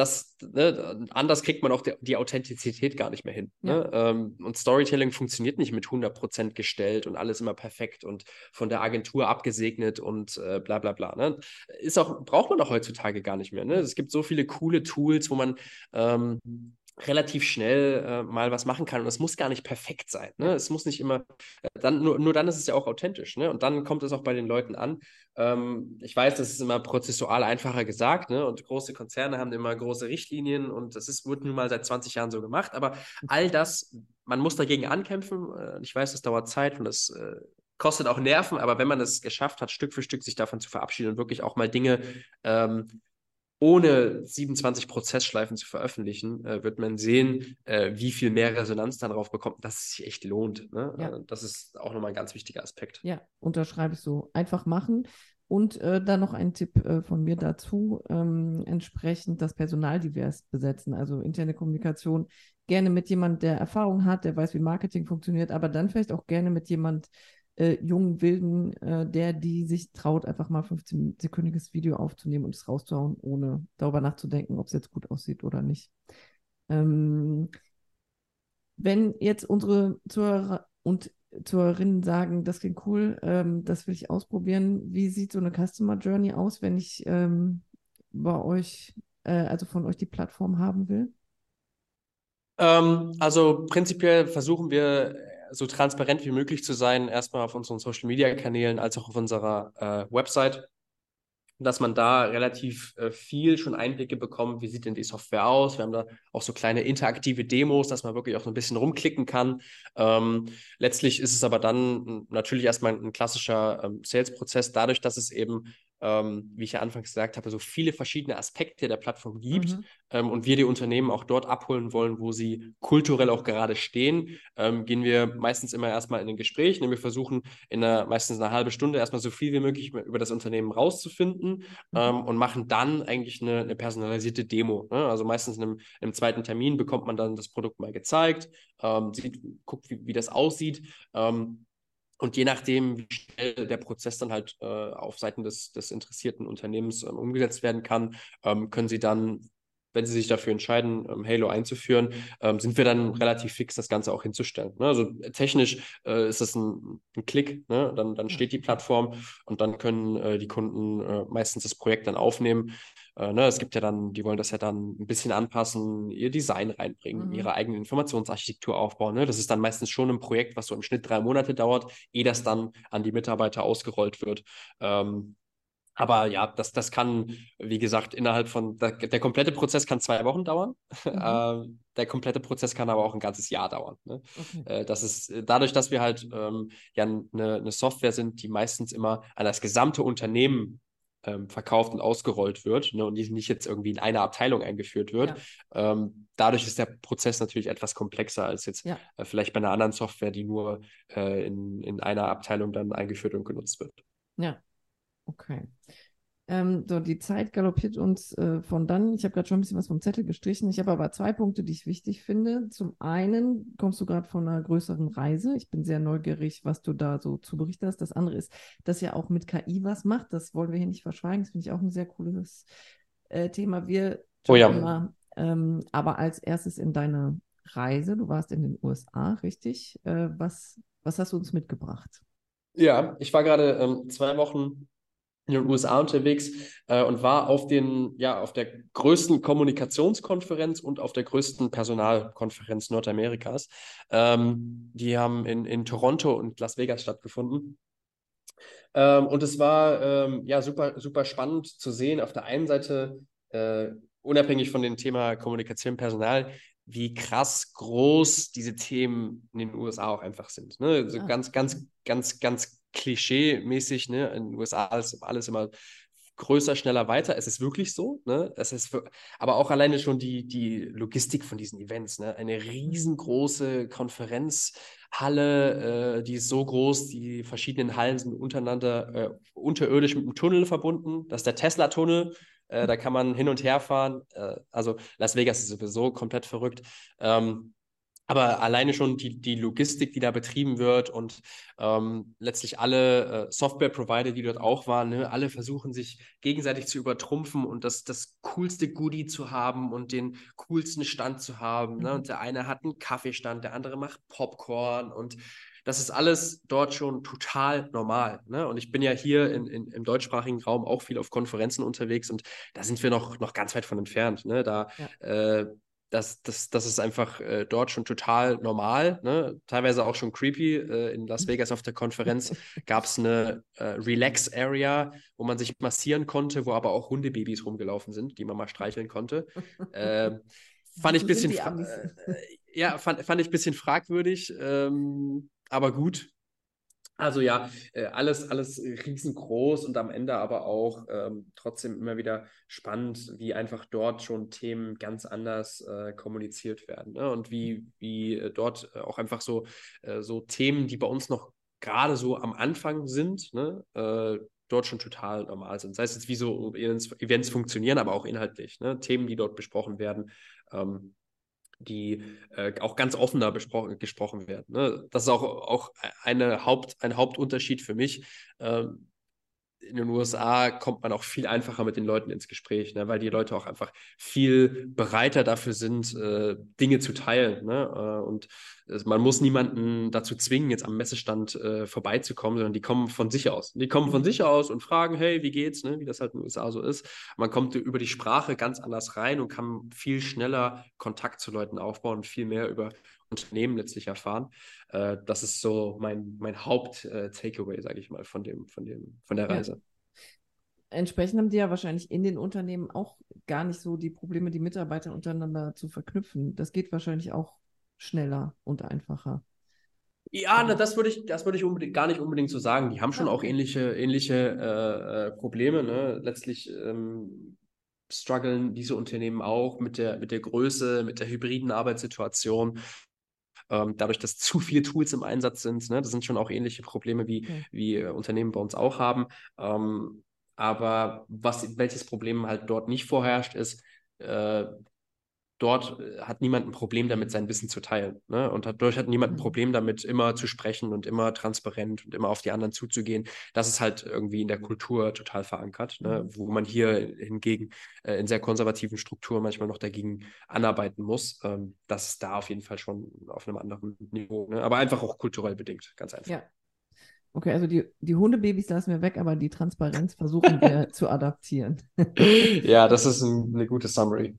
anders kriegt man auch die Authentizität gar nicht mehr hin. Ja. Ne? Und Storytelling funktioniert nicht mit 100% gestellt und alles immer perfekt und von der Agentur abgesegnet und bla bla bla. Ne? Braucht man doch heutzutage gar nicht mehr. Ne? Ja. Es gibt so viele coole Tools, wo man ähm, relativ schnell mal was machen kann und es muss gar nicht perfekt sein. Ne? Ja. Es muss nicht immer, nur dann ist es ja auch authentisch. Ne? Und dann kommt es auch bei den Leuten an. Ich weiß, das ist immer prozessual einfacher gesagt, ne? Und große Konzerne haben immer große Richtlinien und wird nun mal seit 20 Jahren so gemacht. Aber all das, man muss dagegen ankämpfen. Ich weiß, das dauert Zeit und das kostet auch Nerven, aber wenn man es geschafft hat, Stück für Stück sich davon zu verabschieden und wirklich auch mal Dinge ähm, ohne 27 Prozessschleifen zu veröffentlichen, wird man sehen, wie viel mehr Resonanz dann drauf bekommt, dass es sich echt lohnt. Ja. Ne? Das ist auch nochmal ein ganz wichtiger Aspekt. Ja, unterschreibe ich so. Einfach machen. Und dann noch ein Tipp von mir dazu, entsprechend das Personal divers besetzen, also interne Kommunikation gerne mit jemand, der Erfahrung hat, der weiß, wie Marketing funktioniert, aber dann vielleicht auch gerne mit jemand jungen, wilden, die sich traut, einfach mal 15-sekündiges Video aufzunehmen und es rauszuhauen, ohne darüber nachzudenken, ob es jetzt gut aussieht oder nicht. Ähm, Wenn jetzt unsere Zuhörer und Zuhörerinnen sagen, das klingt cool, das will ich ausprobieren, wie sieht so eine Customer Journey aus, wenn ich bei euch, also von euch die Plattform haben will? Also prinzipiell versuchen wir so transparent wie möglich zu sein, erstmal auf unseren Social-Media-Kanälen als auch auf unserer Website, dass man da relativ viel schon Einblicke bekommt, wie sieht denn die Software aus. Wir haben da auch so kleine interaktive Demos, dass man wirklich auch so ein bisschen rumklicken kann. Letztlich ist es aber dann natürlich erstmal ein klassischer Sales-Prozess, dadurch, dass es eben, wie ich ja anfangs gesagt habe, so viele verschiedene Aspekte der Plattform gibt, Mhm. und wir die Unternehmen auch dort abholen wollen, wo sie kulturell auch gerade stehen, gehen wir meistens immer erstmal in ein Gespräch. Wir versuchen meistens eine halbe Stunde erstmal so viel wie möglich über das Unternehmen rauszufinden, Mhm. und machen dann eigentlich eine personalisierte Demo. Ne? Also meistens in einem zweiten Termin bekommt man dann das Produkt mal gezeigt, guckt, wie das aussieht. Und je nachdem, wie schnell der Prozess dann halt auf Seiten des interessierten Unternehmens umgesetzt werden kann, können Sie dann, wenn Sie sich dafür entscheiden, Halo einzuführen, sind wir dann relativ fix, das Ganze auch hinzustellen. Ne? Also technisch ist das ein Klick, ne? Dann Ja, steht die super. Plattform und dann können die Kunden meistens das Projekt dann aufnehmen. Ne, es gibt ja dann, die wollen das ja dann ein bisschen anpassen, ihr Design reinbringen, Mhm. ihre eigene Informationsarchitektur aufbauen. Ne? Das ist dann meistens schon ein Projekt, was so im Schnitt 3 Monate dauert, ehe das dann an die Mitarbeiter ausgerollt wird. Aber ja, das kann, wie gesagt, innerhalb von, der komplette Prozess kann 2 Wochen dauern. Mhm. Der komplette Prozess kann aber auch ein ganzes Jahr dauern. Ne? Okay. Das ist dadurch, dass wir halt ja eine Software sind, die meistens immer an das gesamte Unternehmen verkauft und ausgerollt wird, ne, und die nicht jetzt irgendwie in einer Abteilung eingeführt wird. Ja, Dadurch ist der Prozess natürlich etwas komplexer als jetzt ja, vielleicht bei einer anderen Software, die nur in einer Abteilung dann eingeführt und genutzt wird. ja, okay. So, die Zeit galoppiert uns von dann. Ich habe gerade schon ein bisschen was vom Zettel gestrichen. Ich habe aber zwei Punkte, die ich wichtig finde. Zum einen kommst du gerade von einer größeren Reise. Ich bin sehr neugierig, was du da so zu berichten hast. Das andere ist, dass ja auch mit KI was macht. Das wollen wir hier nicht verschweigen. Das finde ich auch ein sehr cooles Thema. Wir Oh jumpen ja. mal aber als erstes in deine Reise. Du warst in den USA, richtig? Was hast du uns mitgebracht? Ja, ich war gerade 2 Wochen in den USA unterwegs und war auf der größten Kommunikationskonferenz und auf der größten Personalkonferenz Nordamerikas. Die haben in Toronto und Las Vegas stattgefunden. Und es war ja super, super spannend zu sehen. Auf der einen Seite, unabhängig von dem Thema Kommunikation, Personal, wie krass groß diese Themen in den USA auch einfach sind. Ne? Also Ah, ganz, okay. ganz, ganz, ganz klischee-mäßig. Ne? In den USA ist alles immer größer, schneller, weiter. Es ist wirklich so. Ne? Aber auch alleine schon die Logistik von diesen Events. Ne? Eine Mhm. riesengroße Konferenzhalle, die ist so groß, die verschiedenen Hallen sind untereinander unterirdisch mit einem Tunnel verbunden. Das ist der Tesla-Tunnel. Da kann man hin und her fahren. Also Las Vegas ist sowieso komplett verrückt. Aber alleine schon die Logistik, die da betrieben wird und letztlich alle Software-Provider, die dort auch waren, ne, alle versuchen sich gegenseitig zu übertrumpfen und das coolste Goodie zu haben und den coolsten Stand zu haben. Ne? Mhm. Und der eine hat einen Kaffeestand, der andere macht Popcorn und das ist alles dort schon total normal. Ne? Und ich bin ja hier im deutschsprachigen Raum auch viel auf Konferenzen unterwegs und da sind wir noch ganz weit von entfernt. Ne? Ja. Das ist einfach dort schon total normal, ne? Teilweise auch schon creepy. In Las Vegas auf der Konferenz gab es eine Relax-Area, wo man sich massieren konnte, wo aber auch Hundebabys rumgelaufen sind, die man mal streicheln konnte. Ähm, fand ich ein So sind bisschen, die Amis. ja, fand ich ein bisschen fragwürdig, aber gut. Also ja, alles riesengroß und am Ende aber auch trotzdem immer wieder spannend, wie einfach dort schon Themen ganz anders kommuniziert werden. Ne? Und wie dort auch einfach so Themen, die bei uns noch gerade so am Anfang sind, ne? Dort schon total normal sind. Sei es jetzt, wie so Events funktionieren, aber auch inhaltlich. Ne? Themen, die dort besprochen werden. Die auch ganz offener gesprochen werden. Ne? Das ist auch ein Hauptunterschied für mich. In den USA kommt man auch viel einfacher mit den Leuten ins Gespräch, ne? Weil die Leute auch einfach viel bereiter dafür sind, Dinge zu teilen. Ne? Und man muss niemanden dazu zwingen, jetzt am Messestand vorbeizukommen, sondern die kommen von sich aus. Die kommen von Mhm. sich aus und fragen, hey, wie geht's? Ne? Wie das halt in den USA so ist. Man kommt über die Sprache ganz anders rein und kann viel schneller Kontakt zu Leuten aufbauen und viel mehr über Unternehmen letztlich erfahren. Das ist so mein Haupt-Takeaway, sage ich mal, von der Ja. Reise. Entsprechend haben die ja wahrscheinlich in den Unternehmen auch gar nicht so die Probleme, die Mitarbeiter untereinander zu verknüpfen. Das geht wahrscheinlich auch schneller und einfacher. Ja, ne, das würde ich gar nicht unbedingt so sagen. Die haben schon Ah, auch okay. ähnliche Probleme, ne? Letztlich strugglen diese Unternehmen auch mit der Größe, mit der hybriden Arbeitssituation. Dadurch, dass zu viele Tools im Einsatz sind, ne? Das sind schon auch ähnliche Probleme, wie, Okay. wie Unternehmen bei uns auch haben. Aber welches Problem halt dort nicht vorherrscht, ist, äh, dort hat niemand ein Problem damit, sein Wissen zu teilen. Ne? Und dadurch hat niemand ein Mhm. Problem damit, immer zu sprechen und immer transparent und immer auf die anderen zuzugehen. Das ist halt irgendwie in der Kultur total verankert, ne? Mhm. Wo man hier hingegen in sehr konservativen Strukturen manchmal noch dagegen anarbeiten muss. Das ist da auf jeden Fall schon auf einem anderen Niveau. Ne? Aber einfach auch kulturell bedingt, ganz einfach. Ja. Okay, also die Hundebabys lassen wir weg, aber die Transparenz versuchen wir zu adaptieren. Ja, das ist eine gute Summary.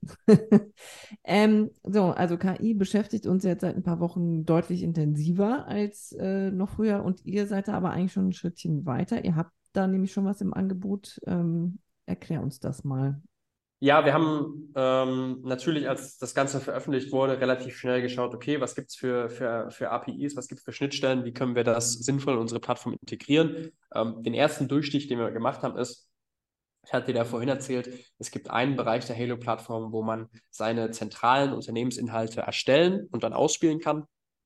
So, also KI beschäftigt uns jetzt seit ein paar Wochen deutlich intensiver als noch früher und ihr seid da aber eigentlich schon ein Schrittchen weiter. Ihr habt da nämlich schon was im Angebot. Erklär uns das mal. Ja, wir haben natürlich, als das Ganze veröffentlicht wurde, relativ schnell geschaut, okay, was gibt es für APIs, was gibt es für Schnittstellen, wie können wir das sinnvoll in unsere Plattform integrieren. Den ersten Durchstich, den wir gemacht haben, ist, ich hatte dir da vorhin erzählt, es gibt einen Bereich der Halo-Plattform, wo man seine zentralen Unternehmensinhalte erstellen und dann ausspielen kann.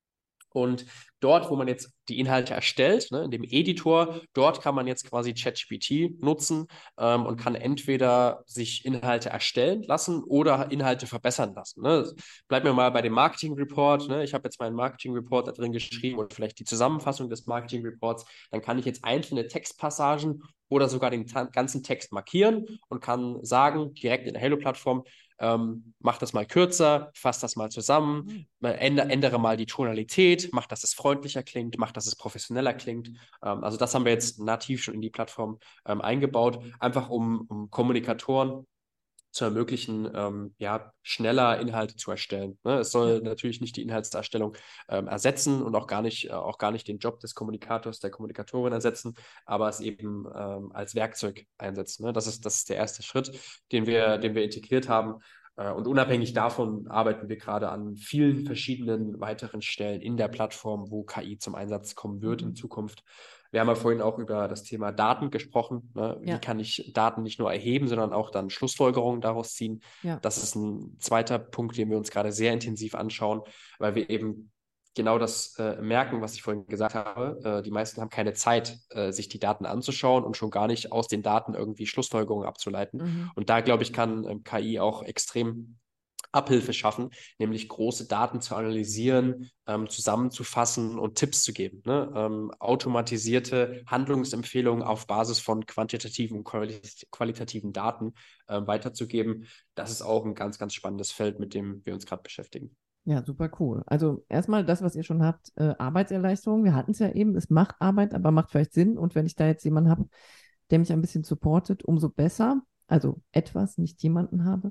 Und dort, wo man jetzt die Inhalte erstellt, ne, in dem Editor, dort kann man jetzt quasi ChatGPT nutzen und kann entweder sich Inhalte erstellen lassen oder Inhalte verbessern lassen. Ne. Bleiben wir mal bei dem Marketing Report. Ne. Ich habe jetzt meinen Marketing Report da drin geschrieben und vielleicht die Zusammenfassung des Marketing Reports. Dann kann ich jetzt einzelne Textpassagen oder sogar den ganzen Text markieren und kann sagen, direkt in der Halo-Plattform, mach das mal kürzer, fass das mal zusammen, Mhm. ändere mal die Tonalität, mach, dass es freundlicher klingt, mach, dass es professioneller klingt. Also das haben wir jetzt nativ schon in die Plattform eingebaut, einfach um Kommunikatoren zu ermöglichen, ja, schneller Inhalte zu erstellen. Ne? Es Ja. soll natürlich nicht die Inhaltserstellung ersetzen und auch gar nicht den Job des Kommunikators, der Kommunikatorin ersetzen, aber es eben als Werkzeug einsetzen. Ne? Das ist der erste Schritt, den wir integriert haben. Und unabhängig davon arbeiten wir gerade an vielen verschiedenen weiteren Stellen in der Plattform, wo KI zum Einsatz kommen wird in Mhm. Zukunft. Wir haben ja vorhin auch über das Thema Daten gesprochen. Ne? Wie Ja, kann ich Daten nicht nur erheben, sondern auch dann Schlussfolgerungen daraus ziehen? ja. Das ist ein zweiter Punkt, den wir uns gerade sehr intensiv anschauen, weil wir eben genau das merken, was ich vorhin gesagt habe. Die meisten haben keine Zeit, sich die Daten anzuschauen und schon gar nicht aus den Daten irgendwie Schlussfolgerungen abzuleiten. Mhm. Und da, glaube ich, kann KI auch extrem Abhilfe schaffen, nämlich große Daten zu analysieren, zusammenzufassen und Tipps zu geben. Ne? Automatisierte Handlungsempfehlungen auf Basis von quantitativen und qualitativen Daten weiterzugeben. Das ist auch ein ganz, ganz spannendes Feld, mit dem wir uns gerade beschäftigen. Ja, super cool. Also erstmal das, was ihr schon habt, Arbeitserleichterung. Wir hatten es ja eben, es macht Arbeit, aber macht vielleicht Sinn. Und wenn ich da jetzt jemanden habe, der mich ein bisschen supportet, umso besser. Also etwas, nicht jemanden habe.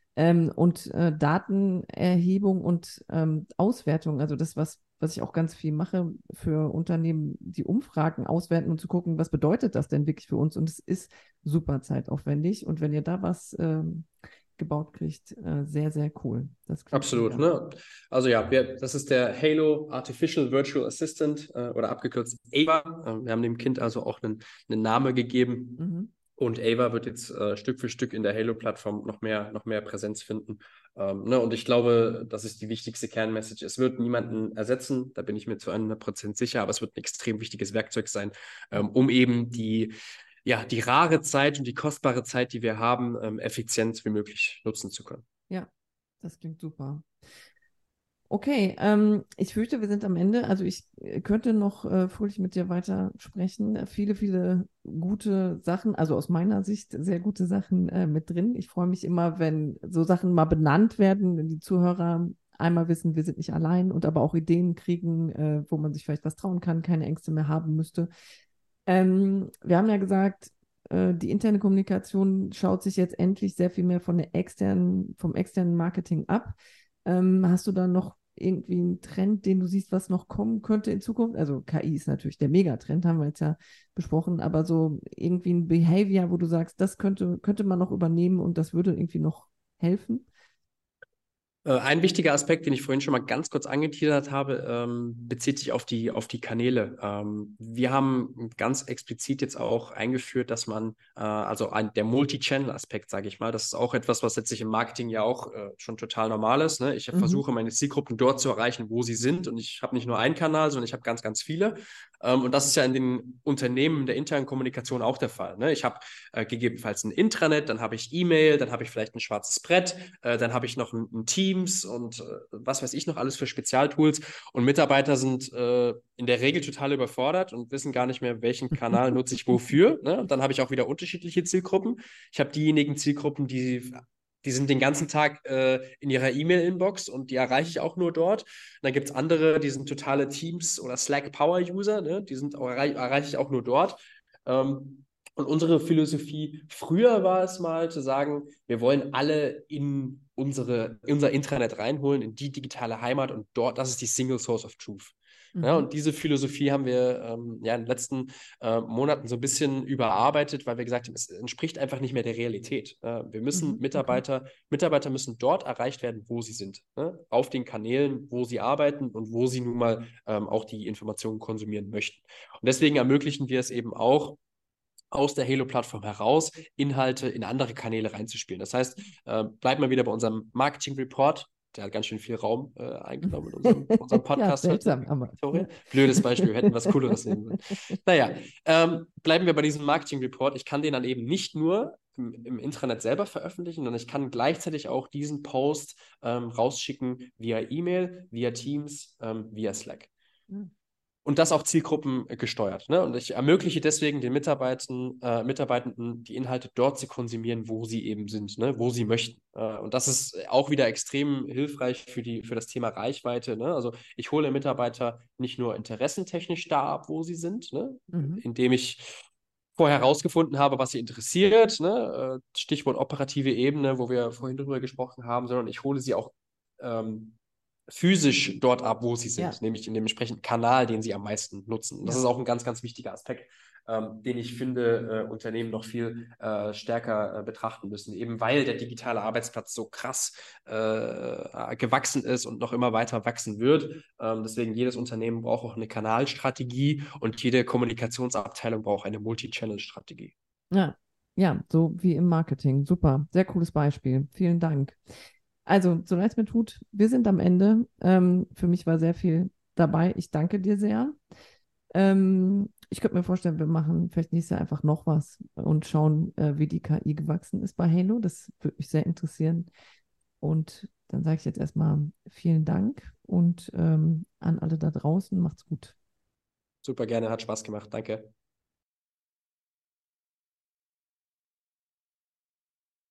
Und Datenerhebung und Auswertung, also das, was ich auch ganz viel mache für Unternehmen, die Umfragen auswerten und zu gucken, was bedeutet das denn wirklich für uns? Und es ist super zeitaufwendig. Und wenn ihr da was gebaut kriegt, sehr, sehr cool. Das klingt Absolut, mega. ne? Also ja, das ist der Halo Artificial Virtual Assistant oder abgekürzt AVA. Wir haben dem Kind also auch einen Namen gegeben. Mhm. Und Ava wird jetzt Stück für Stück in der Halo-Plattform noch mehr Präsenz finden. Ne? Und ich glaube, das ist die wichtigste Kernmessage. Es wird niemanden ersetzen, da bin ich mir zu 100% sicher, aber es wird ein extrem wichtiges Werkzeug sein, Ja. um eben die rare Zeit und die kostbare Zeit, die wir haben, effizient wie möglich nutzen zu können. Ja, das klingt super. Okay, ich fürchte, wir sind am Ende. Also ich könnte noch fröhlich mit dir weiter sprechen. Viele, viele gute Sachen, also aus meiner Sicht sehr gute Sachen mit drin. Ich freue mich immer, wenn so Sachen mal benannt werden, wenn die Zuhörer einmal wissen, wir sind nicht allein und aber auch Ideen kriegen, wo man sich vielleicht was trauen kann, keine Ängste mehr haben müsste. Wir haben ja gesagt, die interne Kommunikation schaut sich jetzt endlich sehr viel mehr vom externen Marketing ab. Hast du da noch irgendwie ein Trend, den du siehst, was noch kommen könnte in Zukunft? Also KI ist natürlich der Megatrend, haben wir jetzt ja besprochen, aber so irgendwie ein Behavior, wo du sagst, das könnte man noch übernehmen und das würde irgendwie noch helfen? Ein wichtiger Aspekt, den ich vorhin schon mal ganz kurz angeteasert habe, bezieht sich auf die Kanäle. Wir haben ganz explizit jetzt auch eingeführt, dass man, der Multi-Channel-Aspekt, sage ich mal, das ist auch etwas, was letztlich im Marketing ja auch schon total normal ist. Ne? Ich Mhm. versuche, meine Zielgruppen dort zu erreichen, wo sie sind, und ich habe nicht nur einen Kanal, sondern ich habe ganz, ganz viele. Und das ist ja in den Unternehmen der internen Kommunikation auch der Fall. Ne? Ich habe gegebenenfalls ein Intranet, dann habe ich E-Mail, dann habe ich vielleicht ein schwarzes Brett, dann habe ich noch ein Teams und was weiß ich noch alles für Spezialtools. Und Mitarbeiter sind in der Regel total überfordert und wissen gar nicht mehr, welchen Kanal nutze ich wofür. Ne? Und dann habe ich auch wieder unterschiedliche Zielgruppen. Ich habe diejenigen Zielgruppen, die sind den ganzen Tag in ihrer E-Mail-Inbox und die erreiche ich auch nur dort. Und dann gibt es andere, die sind totale Teams- oder Slack-Power-User, ne? Die sind erreiche ich auch nur dort. Und unsere Philosophie früher war es mal zu sagen, wir wollen alle in unser Intranet reinholen, in die digitale Heimat, und dort, das ist die Single Source of Truth. Ja, Mhm. und diese Philosophie haben wir ja in den letzten Monaten so ein bisschen überarbeitet, weil wir gesagt haben, es entspricht einfach nicht mehr der Realität. Wir müssen Mhm. Okay. Mitarbeiter müssen dort erreicht werden, wo sie sind, ne? Auf den Kanälen, wo sie arbeiten und wo sie nun mal auch die Informationen konsumieren möchten. Und deswegen ermöglichen wir es eben auch, aus der Halo-Plattform heraus Inhalte in andere Kanäle reinzuspielen. Das heißt, bleibt mal wieder bei unserem Marketing-Report. Der hat ganz schön viel Raum eingenommen in unserem Ja, Podcast heute, seltsam, aber. Victoria. Ja. Blödes Beispiel, wir hätten was Cooleres nehmen sollen. Naja, bleiben wir bei diesem Marketing-Report. Ich kann den dann eben nicht nur im Intranet selber veröffentlichen, sondern ich kann gleichzeitig auch diesen Post rausschicken via E-Mail, via Teams, via Slack. Und das auch Zielgruppen gesteuert. Ne? Und ich ermögliche deswegen den Mitarbeitenden, die Inhalte dort zu konsumieren, wo sie eben sind, ne? Wo sie möchten. Und das ist auch wieder extrem hilfreich für das Thema Reichweite. Ne? Also ich hole Mitarbeiter nicht nur interessentechnisch da ab, wo sie sind, ne? Mhm. Indem ich vorher herausgefunden habe, was sie interessiert, ne? Stichwort operative Ebene, wo wir vorhin drüber gesprochen haben, sondern ich hole sie auch physisch dort ab, wo sie Ja. sind, nämlich in dem entsprechenden Kanal, den sie am meisten nutzen. Und das Ja. ist auch ein ganz, ganz wichtiger Aspekt, den ich finde, Unternehmen noch viel stärker betrachten müssen, eben weil der digitale Arbeitsplatz so krass gewachsen ist und noch immer weiter wachsen wird. Deswegen jedes Unternehmen braucht auch eine Kanalstrategie und jede Kommunikationsabteilung braucht eine Multi-Channel-Strategie. Ja. Ja, so wie im Marketing. Super. Sehr cooles Beispiel. Vielen Dank. Also, so leid es mir tut, wir sind am Ende. Für mich war sehr viel dabei. Ich danke dir sehr. Ich könnte mir vorstellen, wir machen vielleicht nächstes Jahr einfach noch was und schauen, wie die KI gewachsen ist bei Halo. Das würde mich sehr interessieren. Und dann sage ich jetzt erstmal vielen Dank und an alle da draußen, macht's gut. Super gerne, hat Spaß gemacht. Danke.